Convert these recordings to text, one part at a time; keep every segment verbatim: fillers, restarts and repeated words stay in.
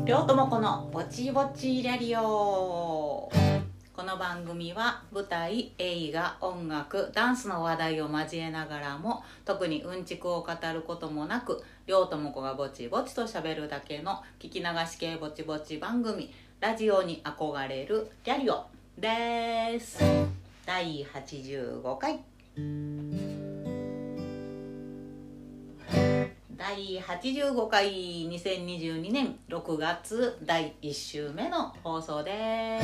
りょうともこのぼちぼちラリオ。この番組は舞台、映画、音楽、ダンスの話題を交えながらも特にうんちくを語ることもなく、りょうともこがぼちぼちと喋るだけの聞き流し系ぼちぼち番組、ラジオに憧れるリャリオです。だいはちじゅうごかいだいはちじゅうごかいにせんにじゅうにねんろくがつだいいっ週目の放送です。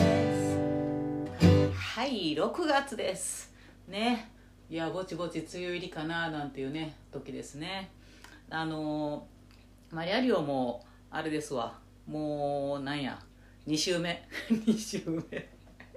はい、ろくがつですね。いや、ぼちぼち梅雨入りかななんていうね時ですね。あのマリアリオもあれですわ、もうなんやに週目に週目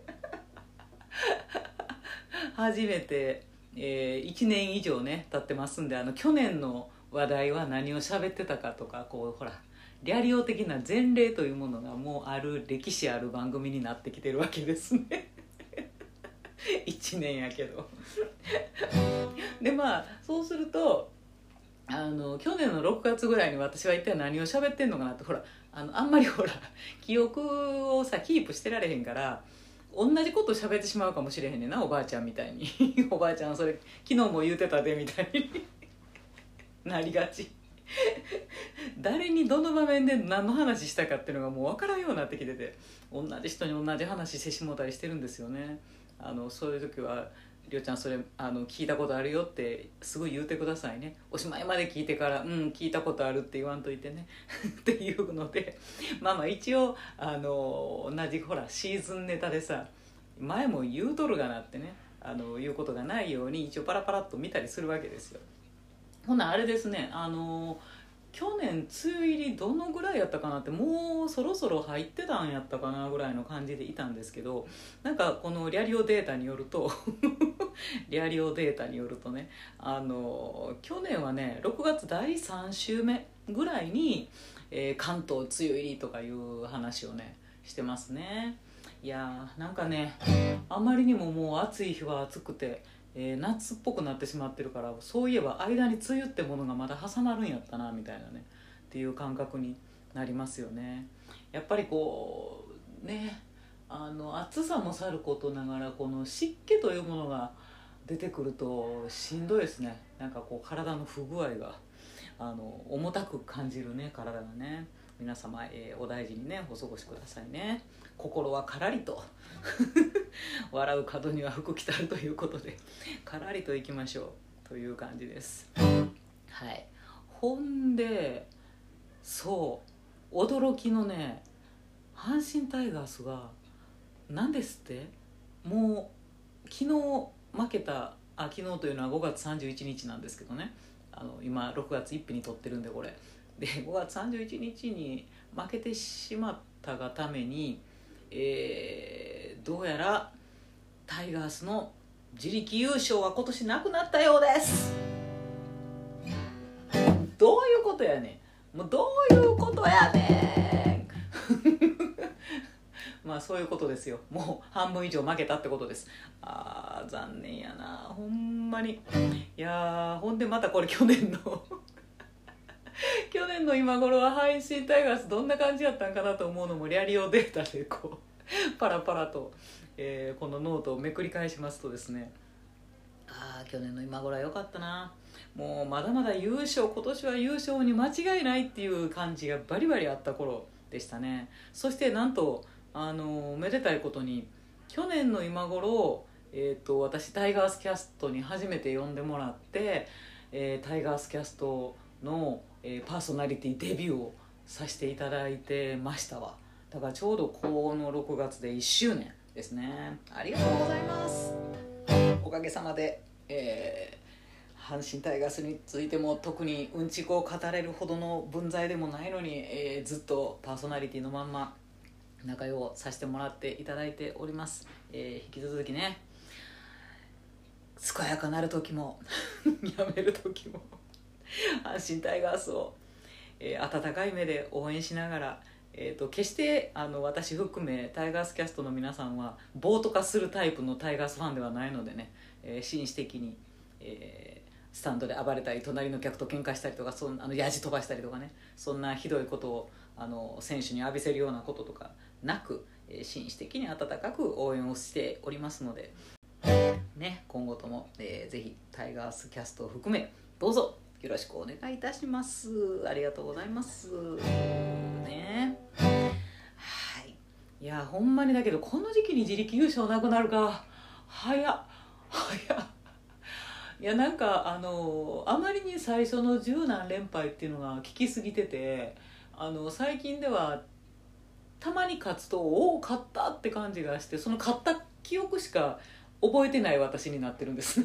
初めて、えー、いちねん以上ね経ってますんで、あの去年の話題は何を喋ってたかとか、こうほらリャリオ的な前例というものがもうある、歴史ある番組になってきてるわけですねいちねんやけどでまあそうするとあの去年のろくがつぐらいに私は一体何を喋ってんのかなって、ほら あのあんまりほら記憶をさキープしてられへんから、同じこと喋ってしまうかもしれへんねんな、おばあちゃんみたいにおばあちゃんそれ昨日も言うてたでみたいになりがち誰にどの場面で何の話したかっていうのがもう分からんようになってきてて、同じ人に同じ話してしもたりしてるんですよね。あのそういう時はりょうちゃんそれあの聞いたことあるよってすぐ言うてくださいね。おしまいまで聞いてからうん聞いたことあるって言わんといてねっていうので、まあまあ一応あの同じほらシーズンネタでさ、前も言うとるがなってね、あの言うことがないように一応パラパラっと見たりするわけですよ。ほなあれですね、あの去年梅雨入りどのぐらいやったかなって、もうそろそろ入ってたんやったかなぐらいの感じでいたんですけど、なんかこのリャリオデータによるとリャリオデータによるとね、あの去年はねろくがつだいさん週目ぐらいに、えー、関東梅雨入りとかいう話をねしてますね。いやーなんかね、あまりにももう暑い日は暑くて、えー、夏っぽくなってしまってるから、そういえば間に梅雨ってものがまだ挟まるんやったなみたいなねっていう感覚になりますよね。やっぱりこうね、あの暑さもさることながらこの湿気というものが出てくるとしんどいですね。なんかこう体の不具合があの重たく感じるね、体がね。皆様、えー、お大事にねお過ごしくださいね。心はからりと笑う角には福来たるということで、からりといきましょうという感じです。はい。ほんでそう驚きのね、阪神タイガースが何ですって、もう昨日負けた、あ昨日というのはごがつさんじゅういちにちなんですけどね、あの今ろくがつついたちに撮ってるんで、これでごがつさんじゅういちにちに負けてしまったがために、えー、どうやらタイガースの自力優勝は今年なくなったようです。どういうことやねん、もうどういうことやねんまあそういうことですよ。もう半分以上負けたってことです。あー残念やなほんまに。いやーほんでまたこれ去年の去年の今頃は阪神タイガースどんな感じやったんかなと思うのもリャリオデータでこうパラパラと、えー、このノートをめくり返しますとですね、ああ去年の今頃は良かったな、もうまだまだ優勝、今年は優勝に間違いないっていう感じがバリバリあった頃でしたね。そしてなんとあのめでたいことに去年の今頃、えー、と私タイガースキャストに初めて呼んでもらって、えー、タイガースキャストの、えー、パーソナリティデビューをさせていただいてましたわ。だからちょうどこのろくがつでいっしゅうねんですね。ありがとうございます。おかげさまで、えー、阪神タイガースについても特にうんちくを語れるほどの分際でもないのに、えー、ずっとパーソナリティのまんま仲良くさせてもらっていただいております。えー、引き続きね健やかなる時もやめる時も阪神タイガースを、えー、温かい目で応援しながら、えー、と決してあの私含めタイガースキャストの皆さんは暴徒化するタイプのタイガースファンではないのでね、えー、紳士的に、えスタンドで暴れたり隣の客と喧嘩したりとか、そんあのヤジ飛ばしたりとかね、そんなひどいことをあの選手に浴びせるようなこととかなく、えー、紳士的に温かく応援をしておりますので、ね、今後とも、えー、ぜひタイガースキャストを含めどうぞよろしくお願いいたします。ありがとうございますね。はい、いやほんまにだけどこの時期に自力優勝なくなるか、早っ早っ。いやなんかあのあまりに最初の十何連敗っていうのが効きすぎてて、あの最近ではたまに勝つとおお勝ったって感じがして、その勝った記憶しか覚えてない私になってるんですね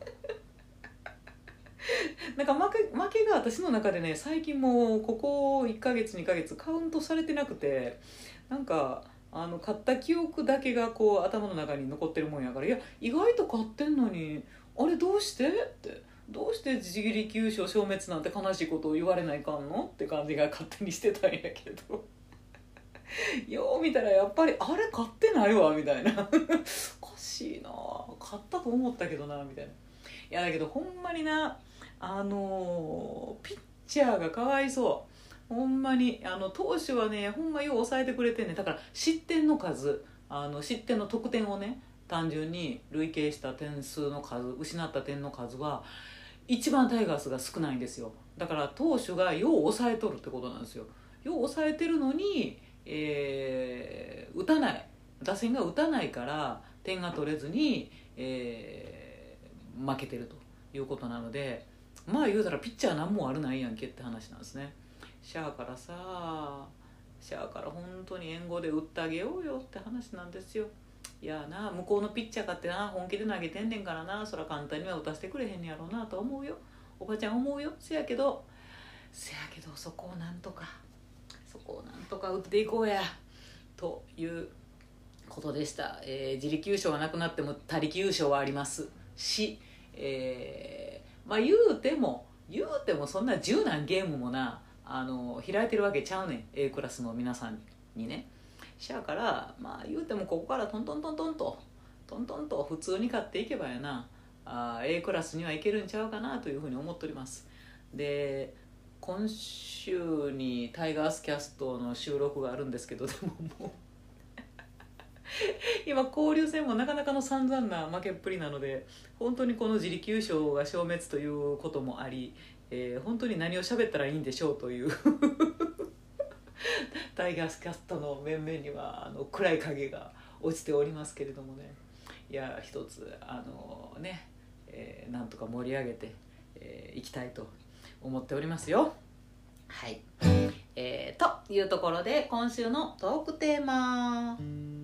なんか負け、負けが私の中でね最近もうここいっかげつにかげつカウントされてなくて、なんかあの勝った記憶だけがこう頭の中に残ってるもんやから、いや意外と勝ってんのにあれどうしてってどうして自力優勝消滅なんて悲しいことを言われないかんのって感じが勝手にしてたんやけどよう見たらやっぱりあれ勝ってないわみたいなおかしいな、勝ったと思ったけどなみたいな。いやだけどほんまにな、あのー、ピッチャーがかわいそう。ほんまにあの投手はねほんまよう抑えてくれてんね。だから失点の数、あの失点の得点をね単純に累計した点数の数、失った点の数は一番タイガースが少ないんですよ。だから投手がよう抑えとるってことなんですよ。よう抑えてるのに、えー、打たない、打線が打たないから点が取れずに、えー、負けてるということなので、まあ言うたらピッチャー何も悪ないやんけって話なんですね。シャアからさシャアから本当に援護で打ってあげようよって話なんですよ。いやな、向こうのピッチャーかってな本気で投げてんねんからな、そら簡単には打たせてくれへんねやろうなと思うよ、おばちゃん思うよ。せやけどせやけどそこをなんとかそこをなんとか打っていこうやということでした。えー、自力優勝がなくなっても他力優勝はありますし、えー、まあ言うても言うてもそんな十何ゲームもなあの開いてるわけちゃうねん A クラスの皆さんにね。しゃあからまあ言うてもここからトントントントンとトントンと普通に勝っていけばやなあ A クラスにはいけるんちゃうかなというふうに思っております。で今週にタイガースキャストの収録があるんですけど、でももう今交流戦もなかなかの散々な負けっぷりなので、本当にこの自力優勝が消滅ということもあり、えー、本当に何を喋ったらいいんでしょうというタイガースキャストの面々にはあの暗い影が落ちておりますけれどもね、いや一つあのね、えー、なんとか盛り上げてい、えー、きたいと思っておりますよ。はい、えー、というところで今週のトークテーマ、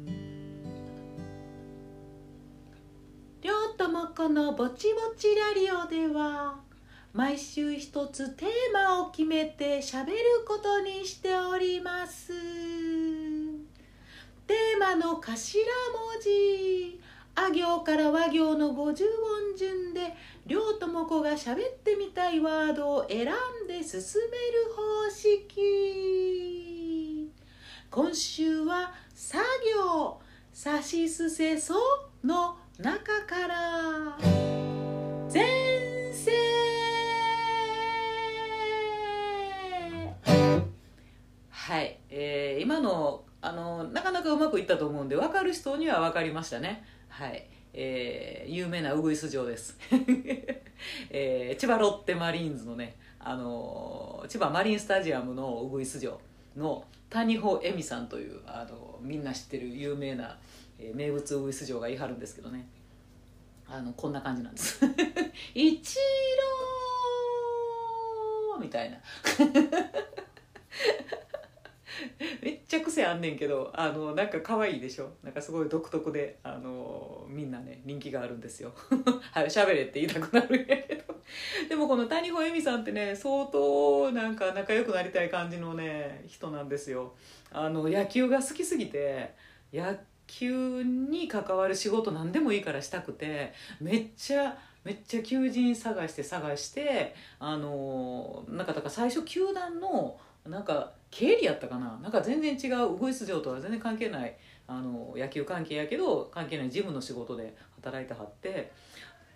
りょうともこのぼちぼちラリオでは毎週一つテーマを決めて喋ることにしております。テーマの頭文字あ行から和行のごじゅう音順でりょうともこが喋ってみたいワードを選んで進める方式。今週は作業さしすせその中から前世。はい、えー、今のあのなかなかうまくいったと思うんで分かる人には分かりましたね。はい、えー、有名なウグイス嬢です、えー、千葉ロッテマリーンズのね、あの千葉マリンスタジアムのウグイス嬢の谷保恵美さんというあのみんな知ってる有名な、えー、名物ウグイス嬢がいはるんですけどね、あのこんな感じなんですイチローみたいなめっちゃ癖あんねんけど、あのなんか可愛いでしょ。なんかすごい独特で、あのみんなね人気があるんですよはい喋れって言いたくなるんやけどでもこの谷保恵美さんってね相当なんか仲良くなりたい感じのね人なんですよ。あの野球が好きすぎて野球に関わる仕事何でもいいからしたくて、めっちゃめっちゃ求人探して探してあのなんかだから最初球団のなんか経理やったかな、なんか全然違うウグイス嬢とは全然関係ないあの野球関係やけど関係ない事務の仕事で働いてはって、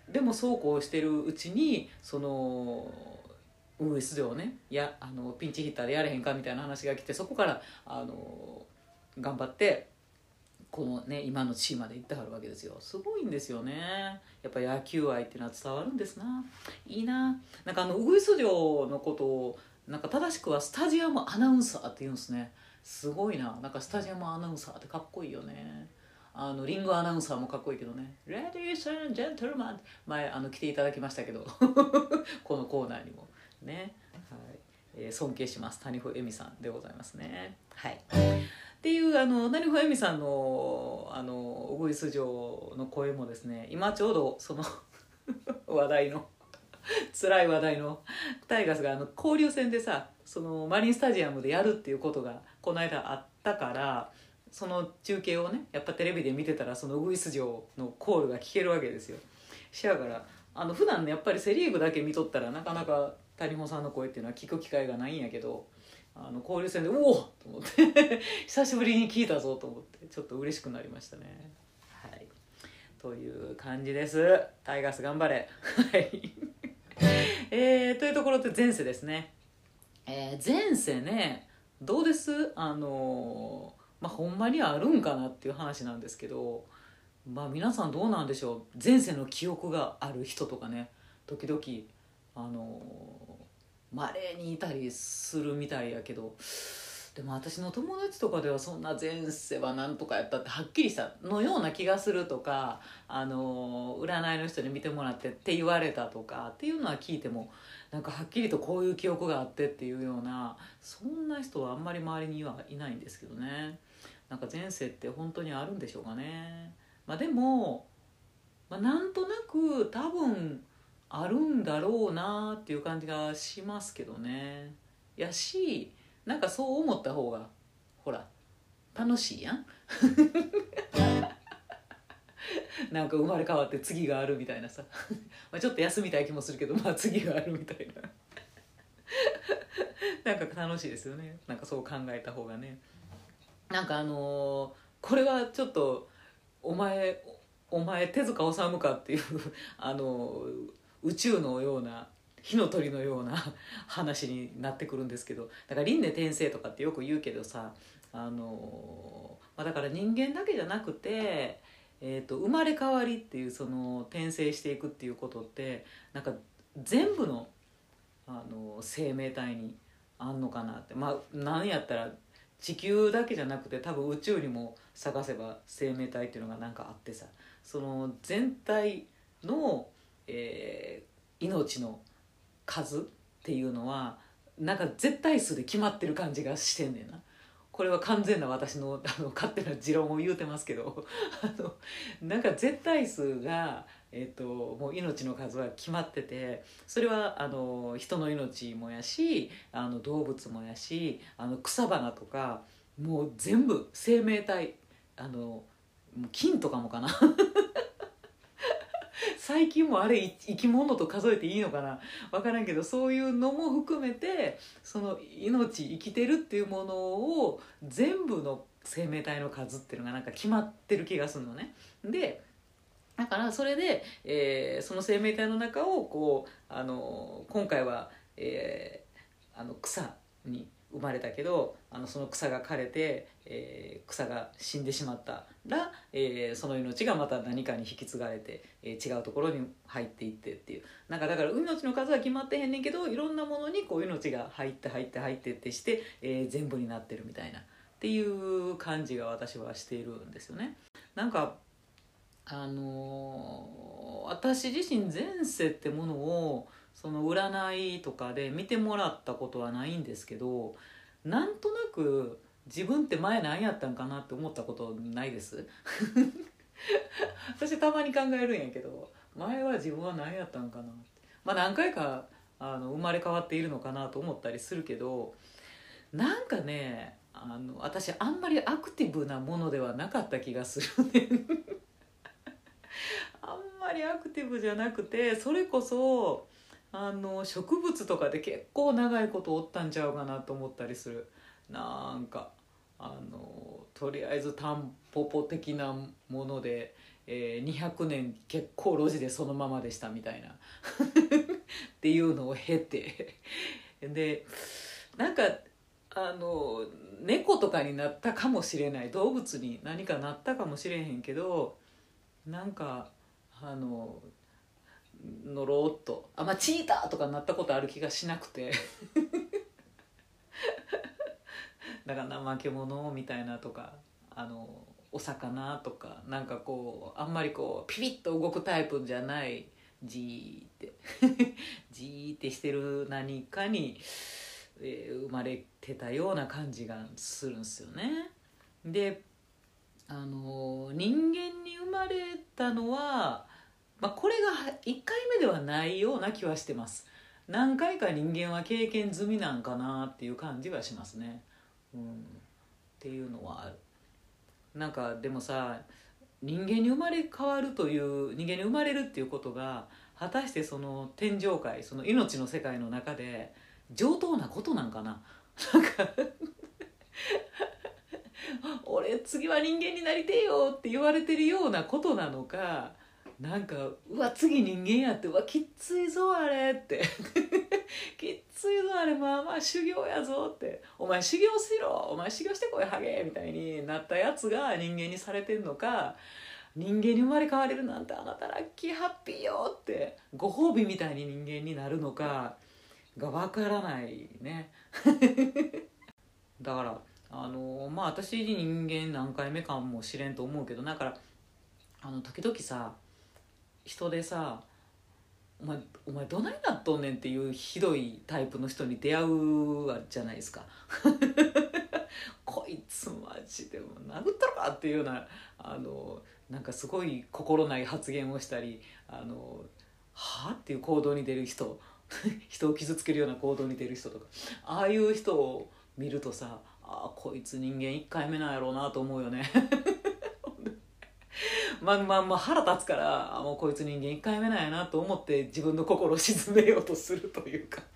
でもそうこうしてるうちにそのウグイス嬢ねやあのピンチヒッターでやれへんかみたいな話が来て、そこからあの頑張ってこのね今の地位まで行ってはるわけですよ。すごいんですよね。やっぱ野球愛っていうのは伝わるんですな。いいな。なんかあのウグイス嬢のことをなんか正しくはスタジアムアナウンサーって言うんですね。すごいな。なんかスタジアムアナウンサーってかっこいいよね。あのリングアナウンサーもかっこいいけどね。Ladies and gentlemen 前あの来ていただきましたけどこのコーナーにもね、はいえー、尊敬します谷保恵美さんでございますね。はいっていうあの谷保恵美さんのあのウグイス嬢の声もですね、今ちょうどその話題の辛い話題のタイガースがあの交流戦でさそのマリンスタジアムでやるっていうことがこの間あったから、その中継をねやっぱテレビで見てたらそのウグイス嬢のコールが聞けるわけですよ。しやからあの普段ねやっぱりセ・リーグだけ見とったらなかなか谷保さんの声っていうのは聞く機会がないんやけど、あの交流戦でおおと思って久しぶりに聞いたぞと思ってちょっと嬉しくなりましたね。はいという感じです。タイガース頑張れはいえー、というところで前世ですね。えー、前世ねどうです？あのー、まあほんまにあるんかなっていう話なんですけど、まあ皆さんどうなんでしょう。前世の記憶がある人とかね時々あのまれにいたりするみたいやけど、でも私の友達とかではそんな前世はなんとかやったってはっきりしたのような気がするとか、あの占いの人に見てもらってって言われたとかっていうのは聞いてもなんかはっきりとこういう記憶があってっていうようなそんな人はあんまり周りにはいないんですけどね。なんか前世って本当にあるんでしょうかね。まあでも、まあ、なんとなく多分あるんだろうなっていう感じがしますけどね。やしなんかそう思った方がほら楽しいやんなんか生まれ変わって次があるみたいなさまあちょっと休みたい気もするけど、まあ次があるみたいななんか楽しいですよね。なんかそう考えた方がね。なんかあのーこれはちょっとお前お前手塚治虫かっていうあの宇宙のような火の鳥のような話になってくるんですけど、だから輪廻転生とかってよく言うけどさ、あの、まあ、だから人間だけじゃなくて、えーと、生まれ変わりっていうその転生していくっていうことってなんか全部の、あの生命体にあんのかなって。まあなんやったら地球だけじゃなくて多分宇宙にも探せば生命体っていうのがなんかあってさ、その全体の、えー命の数っていうのはなんか絶対数で決まってる感じがしてんねんな。これは完全な私のあの勝手な持論を言うてますけどあのなんか絶対数が、えー、ともう命の数は決まってて、それはあの人の命もやしあの動物もやしあの草花とかもう全部生命体、あのもう菌とかもかな最近もあれ生き物と数えていいのかな分からんけど、そういうのも含めてその命生きてるっていうものを全部の生命体の数っていうのがなんか決まってる気がするのね。でだからそれで、えーその生命体の中をこうあの今回は、えーあの草に生まれたけどあのその草が枯れて、えー草が死んでしまったら、えーその命がまた何かに引き継がれて、えー違うところに入っていってっていう、なんかだから命の数は決まってへんねんけどいろんなものにこう命が入って入って入ってってして、えー全部になってるみたいなっていう感じが私はしているんですよね。なんかあのー私自身前世ってものをその占いとかで見てもらったことはないんですけど、なんとなく自分って前何やったんかなって思ったことないです私たまに考えるんやけど前は自分は何やったんかなって、まあ何回かあの生まれ変わっているのかなと思ったりするけど、なんかねあの私あんまりアクティブなものではなかった気がするねあんまりアクティブじゃなくて、それこそあの植物とかで結構長いことおったんちゃうかなと思ったりする。なんかあのとりあえずタンポポ的なもので、 えー、にひゃくねん結構路地でそのままでしたみたいなっていうのを経てでなんかあの猫とかになったかもしれない、動物に何かなったかもしれへんけど、なんかあののろーっとあ、まあ、チーターとかなったことある気がしなくてだから怠け者みたいなとか、あのお魚とか、なんかこうあんまりこうピピッと動くタイプじゃない、じーってじーってしてる何かに、えー生まれてたような感じがするんですよね。であの人間に生まれたのは、まあ、これがいっかいめではないような気はしてます。何回か人間は経験済みなんかなっていう感じはしますね、うん、っていうのはある。なんかでもさ、人間に生まれ変わるという人間に生まれるっていうことが果たしてその天上界、その命の世界の中で上等なことなんかな。なんか俺次は人間になりてえよって言われてるようなことなのか、なんかうわ次人間やって、うわきっついぞあれってきっついぞあれ、まあまあ修行やぞって、お前修行しろ、お前修行してこいハゲみたいになったやつが人間にされてんのか、人間に生まれ変われるなんてあなたラッキーハッピーよってご褒美みたいに人間になるのかがわからないねだからあのまあ私人間何回目かもしれんと思うけど、だからあの時々さ、人でさ、お前お前どないなっとんねんっていうひどいタイプの人に出会うじゃないですかこいつマジでも殴ったろかっていうような、あのなんかすごい心ない発言をしたり、あのはっていう行動に出る人人を傷つけるような行動に出る人とか、ああいう人を見るとさ、あこいつ人間いっかいめなんやろうなと思うよねまあまあまあ腹立つから、あもうこいつ人間いっかいめなんやなと思って自分の心を鎮めようとするというか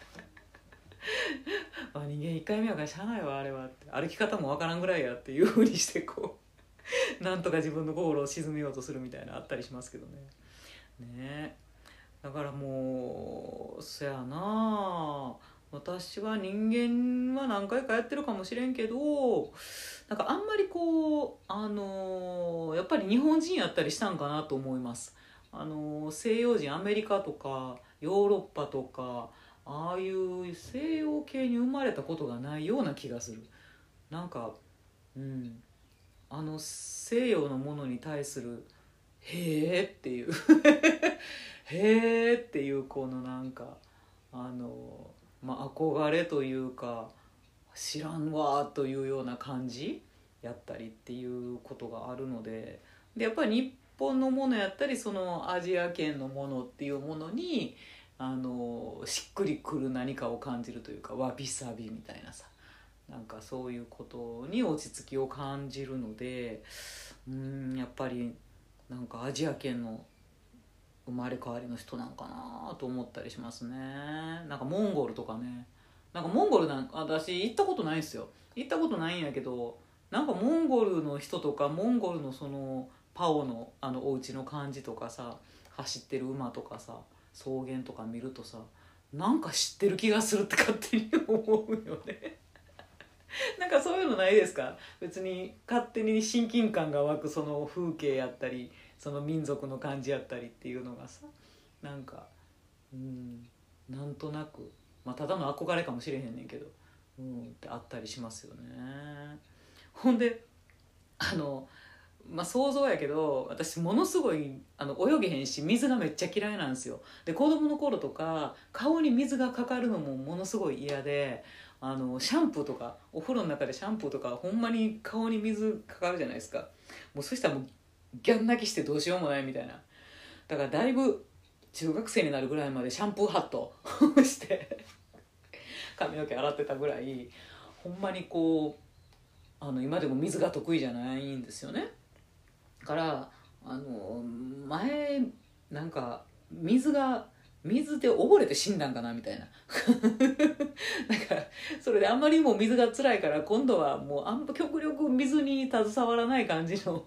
あ人間いっかいめやからしゃあないわあれはって、歩き方もわからんぐらいやっていうふうにしてこうなんとか自分の心を鎮めようとするみたいなあったりしますけどね。ねえだからもうそやな、私は人間は何回かやってるかもしれんけど、なんかあんまりこうあのーやっぱり日本人やったりしたんかなと思います。あのー西洋人、アメリカとかヨーロッパとかああいう西洋系に生まれたことがないような気がする。なんかうんあの西洋のものに対するへーっていうへーっていうこのなんかあのまあ憧れというか知らんわというような感じやったりっていうことがあるので、でやっぱり日本のものやったりそのアジア圏のものっていうものにあのしっくりくる何かを感じるというか、わびさびみたいなさ、なんかそういうことに落ち着きを感じるので、うーんやっぱりなんかアジア圏の生まれ変わりの人なんかなと思ったりしますね。なんかモンゴルとかね、なんかモンゴルなんか私行ったことないんですよ。行ったことないんやけど、なんかモンゴルの人とかモンゴルのそのパオのあのお家の感じとかさ、走ってる馬とかさ、草原とか見るとさ、なんか知ってる気がするって勝手に思うよねなんかそういうのないですか？別に勝手に親近感が湧くその風景やったりその民族の感じやったりっていうのがさ、なんかうんなんとなく、まあ、ただの憧れかもしれへんねんけど、うんってあったりしますよね。ほんであのまあ想像やけど、私ものすごいあの泳げへんし水がめっちゃ嫌いなんですよ。で子供の頃とか顔に水がかかるのもものすごい嫌で、あのシャンプーとかお風呂の中でシャンプーとかほんまに顔に水かかるじゃないですか。もうそしたらもうギャン泣きしてどうしようもないみたいな。だからだいぶ中学生になるぐらいまでシャンプーハットして髪の毛洗ってたぐらい、ほんまにこうあの今でも水が得意じゃないんですよね。だからあの前なんか水が水で溺れて死んだんかなみたいななんかそれであんまりもう水が辛いから今度はもうあんま極力水に携わらない感じの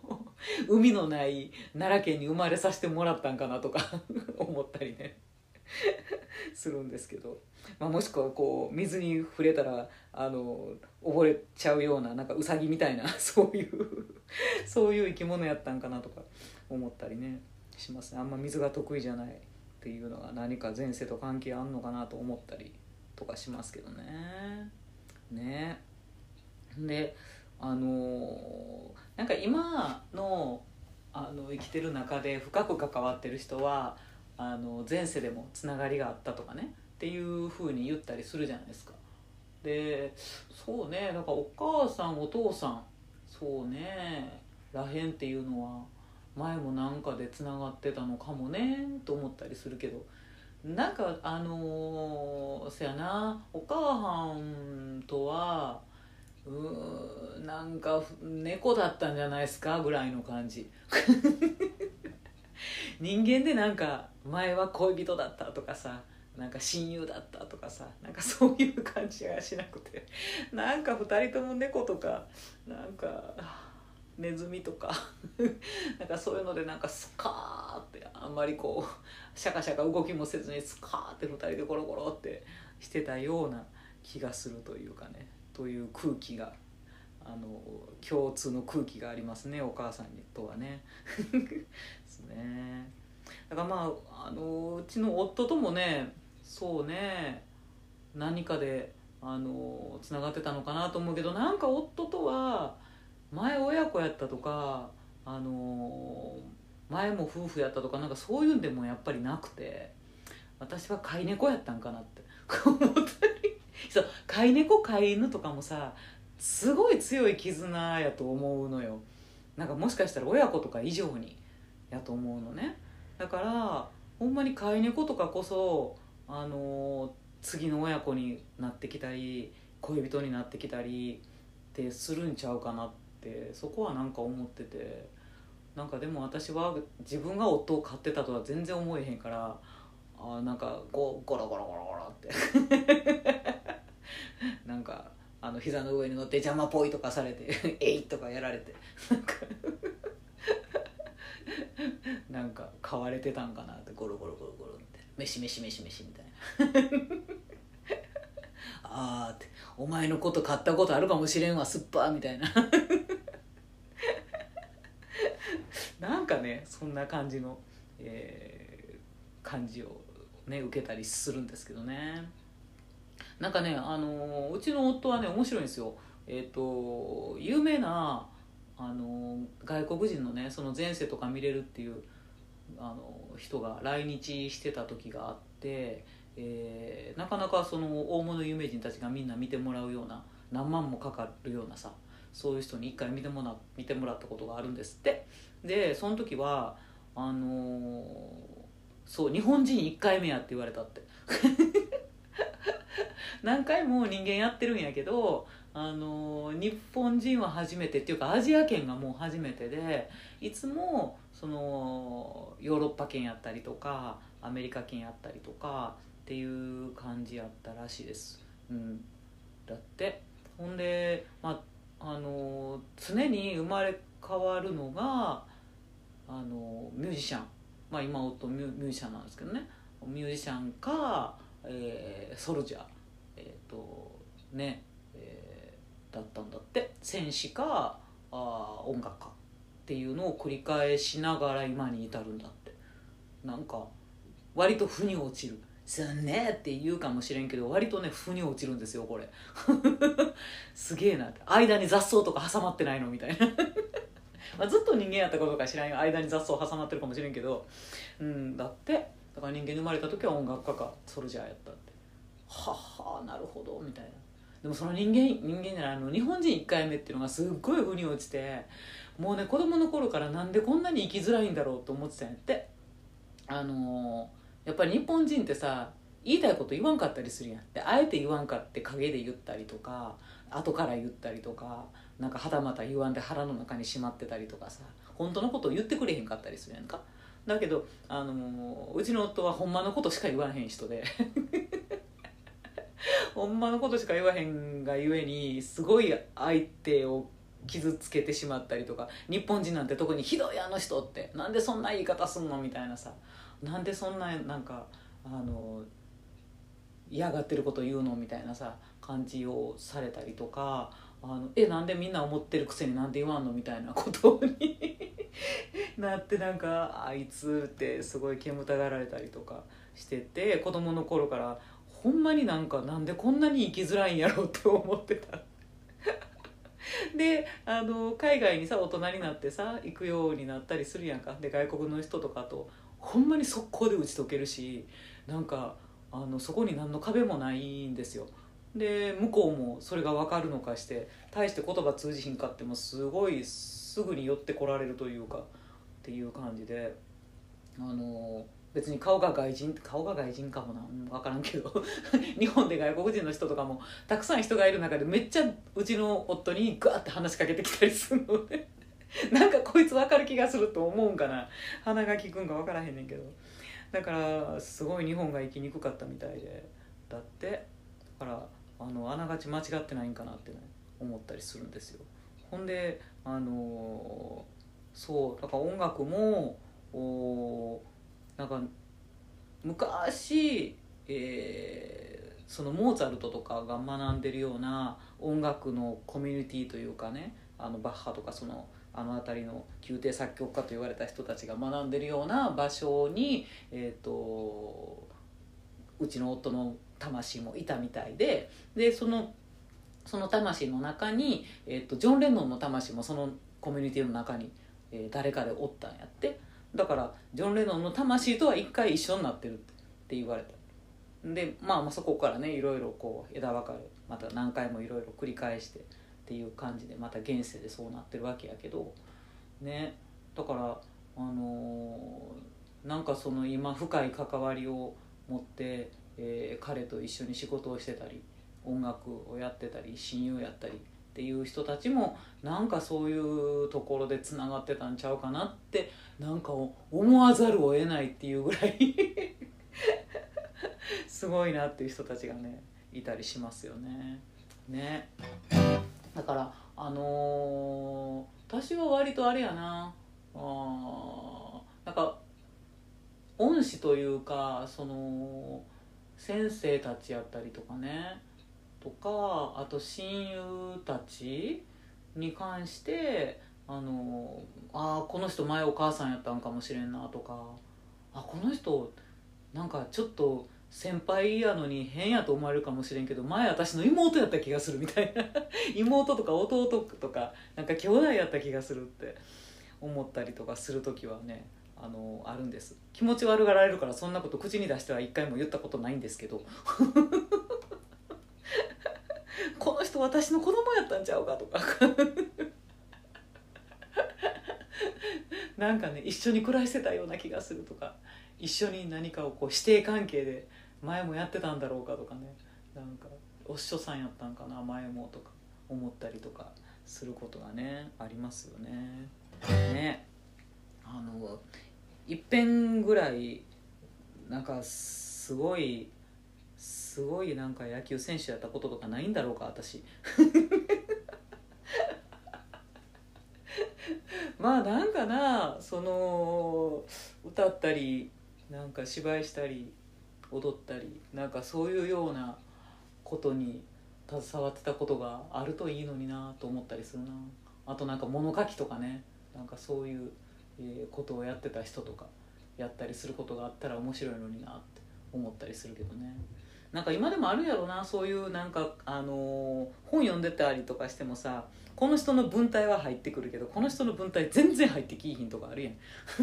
海のない奈良県に生まれさせてもらったんかなとか思ったりねするんですけど、まあ、もしくはこう水に触れたらあの溺れちゃうようななんかウサギみたいなそういうそういう生き物やったんかなとか思ったりねしますね。あんま水が得意じゃないっていうのが何か前世と関係あんのかなと思ったりとかしますけどね。ねであのなんか今のあの生きてる中で深く関わってる人はあの前世でもつながりがあったとかねっていう風に言ったりするじゃないですか。でそうね、だからお母さんお父さんそうねらへんっていうのは前もなんかでつながってたのかもねと思ったりするけど、なんかあのー、そやなお母さんとはうーんなんか猫だったんじゃないですかぐらいの感じ人間でなんか前は恋人だったとかさ、なんか親友だったとかさ、なんかそういう感じがしなくて、なんかふたりとも猫とかなんかネズミとかなんかそういうのでなんかスカーってあんまりこうシャカシャカ動きもせずにスカーってふたりでゴロゴロってしてたような気がするというかね、という空気があの共通の空気がありますね、お母さんとはねですね。だからまあ、あのうちの夫ともねそうね何かであのつながってたのかなと思うけど、なんか夫とは前親子やったとかあの前も夫婦やったとかなんかそういうんでもやっぱりなくて、私は飼い猫やったんかなって思ったりそう飼い猫飼い犬とかもさすごい強い絆やと思うのよ。なんかもしかしたら親子とか以上にやと思うのね。だからほんまに飼い猫とかこそあの次の親子になってきたり恋人になってきたりってするんちゃうかなって、そこはなんか思ってて、なんかでも私は自分が夫を飼ってたとは全然思えへんから、あなんかゴゴロゴロゴロゴロってなんかあの膝の上に乗って邪魔ぽいとかされてえいとかやられてなんかなんか飼われてたんかなって、ゴロゴロゴロゴロってメシメシメシメシみたいなあーってお前のこと買ったことあるかもしれんわスッパーみたいななんかねそんな感じの、えー、感じをね受けたりするんですけどね。なんかね、あのーうちの夫はね面白いんですよ。えっ、と有名な、あのー外国人のねその前世とか見れるっていうあの人が来日してた時があって、えーなかなかその大物有名人たちがみんな見てもらうような何万もかかるようなさ、そういう人に一回見てもら見てもらったことがあるんですって。でその時はあのーそう日本人いっかいめやって言われたって何回も人間やってるんやけど、あの日本人は初めてっていうかアジア圏がもう初めてで、いつもそのヨーロッパ圏やったりとかアメリカ圏やったりとかっていう感じやったらしいです、うん、だってほんで、まあ、あの常に生まれ変わるのがあのミュージシャン、まあ、今夫ミュージシャンなんですけどね、ミュージシャンか、えーソルジャーえっ、ー、とね、えーだったんだって、戦士かあ音楽家っていうのを繰り返しながら今に至るんだって。なんか割と腑に落ちる、すんねーって言うかもしれんけど割とね腑に落ちるんですよこれすげえなって、間に雑草とか挟まってないのみたいなまあずっと人間やったことか知らんよ、間に雑草挟まってるかもしれんけど、うんだって、だから人間に生まれた時は音楽家かソルジャーやったって、ははなるほどみたいな。でもその人間人間じゃないあの日本人いっかいめっていうのがすっごい腑に落ちて、もうね子供の頃からなんでこんなに生きづらいんだろうと思ってたんやって。あのー、やっぱり日本人ってさ言いたいこと言わんかったりするやん。であえて言わんかって陰で言ったりとか後から言ったりとか、なんかはたまた言わんで腹の中にしまってたりとかさ、本当のことを言ってくれへんかったりするやんか。だけど、あのー、うちの夫はほんまのことしか言わへん人でほんまのことしか言わへんがゆえにすごい相手を傷つけてしまったりとか、日本人なんて特にひどいあの人ってなんでそんな言い方すんのみたいなさ、なんでそんななんかあの嫌がってること言うのみたいなさ感じをされたりとか、あのえなんでみんな思ってるくせになんで言わんのみたいなことになって、なんかあいつってすごい煙たがられたりとかしてて、子供の頃からほんまになんかなんでこんなに生きづらいんやろうって思ってたであの海外にさ大人になってさ行くようになったりするやんか。で外国の人とかとほんまに速攻で打ち解けるし、なんかあのそこに何の壁もないんですよ。で向こうもそれが分かるのかして、大して言葉通じひんかってもすごいすぐに寄ってこられるというかっていう感じで、あの別に顔が外人顔が外人かもな、うん、分からんけど日本で外国人の人とかもたくさん人がいる中でめっちゃうちの夫にガーって話しかけてきたりするのでなんかこいつ分かる気がすると思うんかな、鼻が利くんか分からへんねんけど、だからすごい日本が生きにくかったみたいで、だってだからあのあながち間違ってないんかなってね思ったりするんですよ。ほんであのそうだから音楽もおなんか昔、えーそのモーツァルトとかが学んでるような音楽のコミュニティというかね、あのバッハとかそのあの辺りの宮廷作曲家と言われた人たちが学んでるような場所に、えーとうちの夫の魂もいたみたいで、でそのその魂の中に、えーとジョン・レノンの魂もそのコミュニティの中に、えー誰かでおったんやって。だからジョン・レノンの魂とは一回一緒になってるって言われた。で、まあ、まあそこからねいろいろこう枝分かれまた何回もいろいろ繰り返してっていう感じでまた現世でそうなってるわけやけどね。だからあのーなんかその今深い関わりを持って、えー彼と一緒に仕事をしてたり音楽をやってたり親友やったりっていう人たちもなんかそういうところでつながってたんちゃうかなってなんか思わざるを得ないっていうぐらいすごいなっていう人たちがねいたりしますよね。ねだからあのー私は割とあれやなあなんか恩師というかその先生たちやったりとかねとかあと親友たちに関してあのあこの人前お母さんやったんかもしれんなとか、あこの人なんかちょっと先輩やのに変やと思われるかもしれんけど前私の妹やった気がするみたいな妹とか弟とかなんか兄弟やった気がするって思ったりとかする時はねあのあるんです。気持ち悪がられるからそんなこと口に出しては一回も言ったことないんですけどこの人私の子供やったんちゃうかとかなんかね一緒に暮らしてたような気がするとか、一緒に何かをこう師弟関係で前もやってたんだろうかとかね、なんかお師匠さんやったんかな前もとか思ったりとかすることがねありますよね。ねあのいっぺんぐらいなんかすごいすごいなんか野球選手やったこととかないんだろうか私まあなんかなその歌ったりなんか芝居したり踊ったりなんかそういうようなことに携わってたことがあるといいのになと思ったりするな。あとなんか物書きとかねなんかそういう、えーことをやってた人とかやったりすることがあったら面白いのになって思ったりするけどね。なんか今でもあるやろなそういうなんか、あのー本読んでたりとかしてもさこの人の文体は入ってくるけどこの人の文体全然入ってきいひんとかあるやん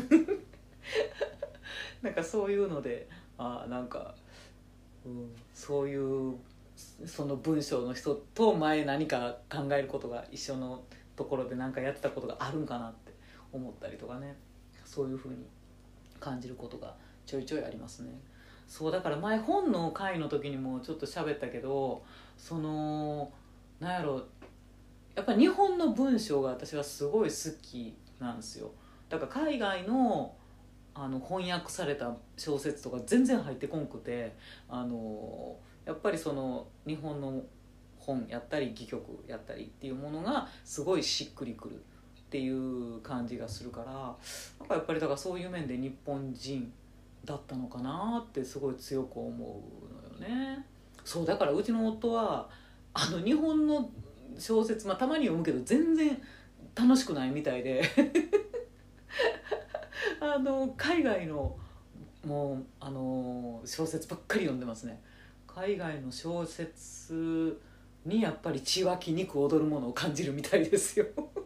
なんかそういうのであなんか、うん、そういうその文章の人と前何か考えることが一緒のところで何かやってたことがあるんかなって思ったりとかね、そういう風に感じることがちょいちょいありますね。そうだから前本の回の時にもちょっと喋ったけどそのなんやろやっぱり日本の文章が私はすごい好きなんですよ。だから海外のあの翻訳された小説とか全然入ってこんくてあのやっぱりその日本の本やったり戯曲やったりっていうものがすごいしっくりくるっていう感じがするから、なんかやっぱりだからそういう面で日本人だったのかなってすごい強く思うのよね。そうだからうちの夫はあの日本の小説、まあ、たまに読むけど全然楽しくないみたいであの海外のもうあの小説ばっかり読んでますね。海外の小説にやっぱり血湧き肉踊るものを感じるみたいですよ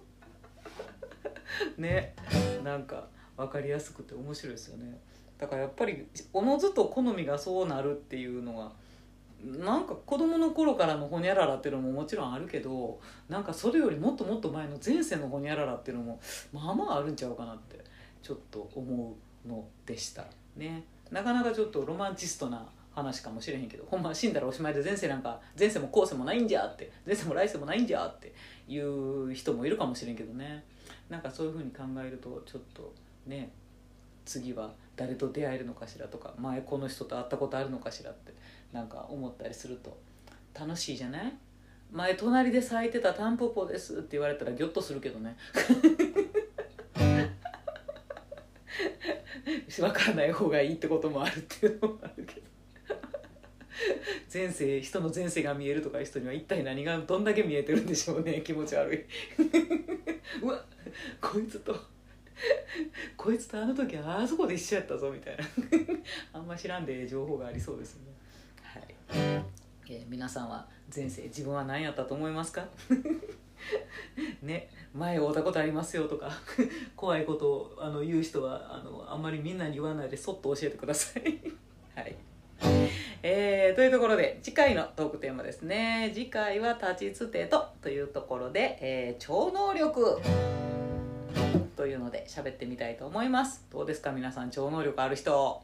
ね、なんか分かりやすくて面白いですよね。だからやっぱりおのずと好みがそうなるっていうのがなんか子供の頃からのホニャララっていうのももちろんあるけど、なんかそれよりもっともっと前の前世のホニャララっていうのもまあまああるんちゃうかなってちょっと思うのでしたね。なかなかちょっとロマンチストな話かもしれへんけど、ほんま死んだらおしまいで前世なんか前世も後世もないんじゃって前世も来世もないんじゃっていう人もいるかもしれんけどね。なんかそういう風に考えるとちょっとね、次は誰と出会えるのかしらとか、前この人と会ったことあるのかしらってなんか思ったりすると楽しいじゃない。前隣で咲いてたタンポポですって言われたらギョッとするけどね分からない方がいいってこともあるっていうのもあるけど前世、人の前世が見えるとかいう人には一体何がどんだけ見えてるんでしょうね。気持ち悪いうわこいつとこいつとあの時あそこで一緒やったぞみたいなあんま知らんで情報がありそうですね。はい、えー、皆さんは前世自分は何やったと思いますかね、前会うたことありますよとか怖いことをあの言う人はあのあんまりみんなに言わないでそっと教えてくださいはい、えー、というところで次回のトークテーマですね。次回は立ちつてとというところで、えー、超能力というので喋ってみたいと思います。どうですか皆さん、超能力ある人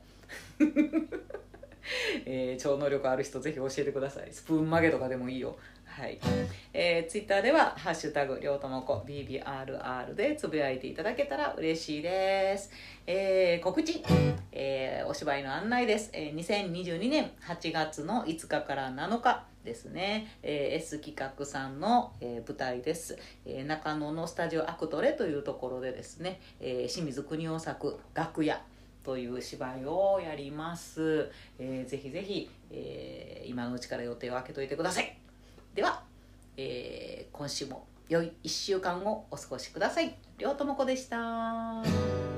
えー、超能力ある人ぜひ教えてください。スプーン曲げとかでもいいよ。はい、えー、ツイッターではハッシュタグりょうともこ ビービーアールアール でつぶやいていただけたら嬉しいです。えー、告知、えー、お芝居の案内です。えー、にせんにじゅうにねんはちがつのいつかからなのかですね、えー、S 企画さんの、えー、舞台です、えー、中野のスタジオアクトレというところでですね、えー、清水国夫作楽屋という芝居をやります。えー、ぜひぜひ、えー、今のうちから予定を空けといてください。では、えー、今週も良いいっしゅうかんをお過ごしください。りょうともこでした。